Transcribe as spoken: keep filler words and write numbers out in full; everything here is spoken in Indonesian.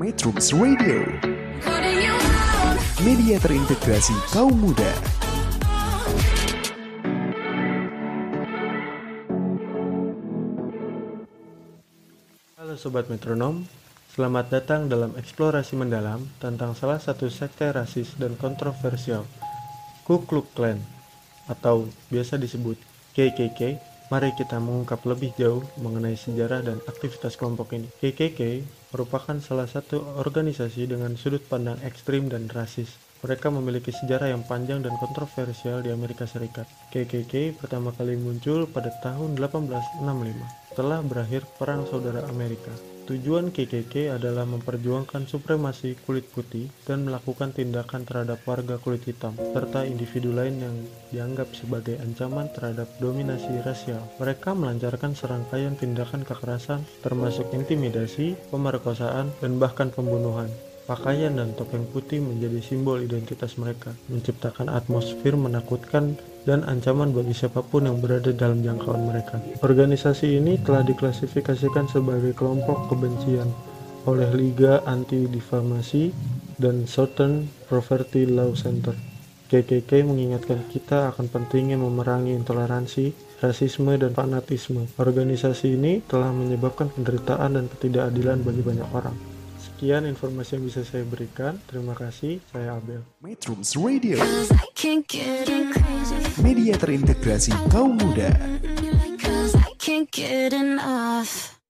Metrums Radio, media terintegrasi kaum muda. Halo Sobat Metronom, selamat datang dalam eksplorasi mendalam tentang salah satu sekte rasis dan kontroversial, Ku Klux Klan, atau biasa disebut K K K. Mari kita mengungkap lebih jauh mengenai sejarah dan aktivitas kelompok ini. K K K merupakan salah satu organisasi dengan sudut pandang ekstrim dan rasis. Mereka memiliki sejarah yang panjang dan kontroversial di Amerika Serikat. K K K pertama kali muncul pada tahun delapan belas enam puluh lima, setelah berakhir Perang Saudara Amerika. Tujuan K K K adalah memperjuangkan supremasi kulit putih dan melakukan tindakan terhadap warga kulit hitam, serta individu lain yang dianggap sebagai ancaman terhadap dominasi rasial. Mereka melancarkan serangkaian tindakan kekerasan, termasuk intimidasi, pemerkosaan, dan bahkan pembunuhan. Pakaian dan topeng putih menjadi simbol identitas mereka, menciptakan atmosfer menakutkan dan ancaman bagi siapapun yang berada dalam jangkauan mereka. Organisasi ini telah diklasifikasikan sebagai kelompok kebencian oleh Liga Anti-Difamasi dan Southern Poverty Law Center. K K K mengingatkan kita akan pentingnya memerangi intoleransi, rasisme, dan fanatisme. Organisasi ini telah menyebabkan penderitaan dan ketidakadilan bagi banyak orang. Sekian informasi yang bisa saya berikan. Terima kasih, saya Abel. Metrums Radio, media terintegrasi kaum muda. Can't get enough.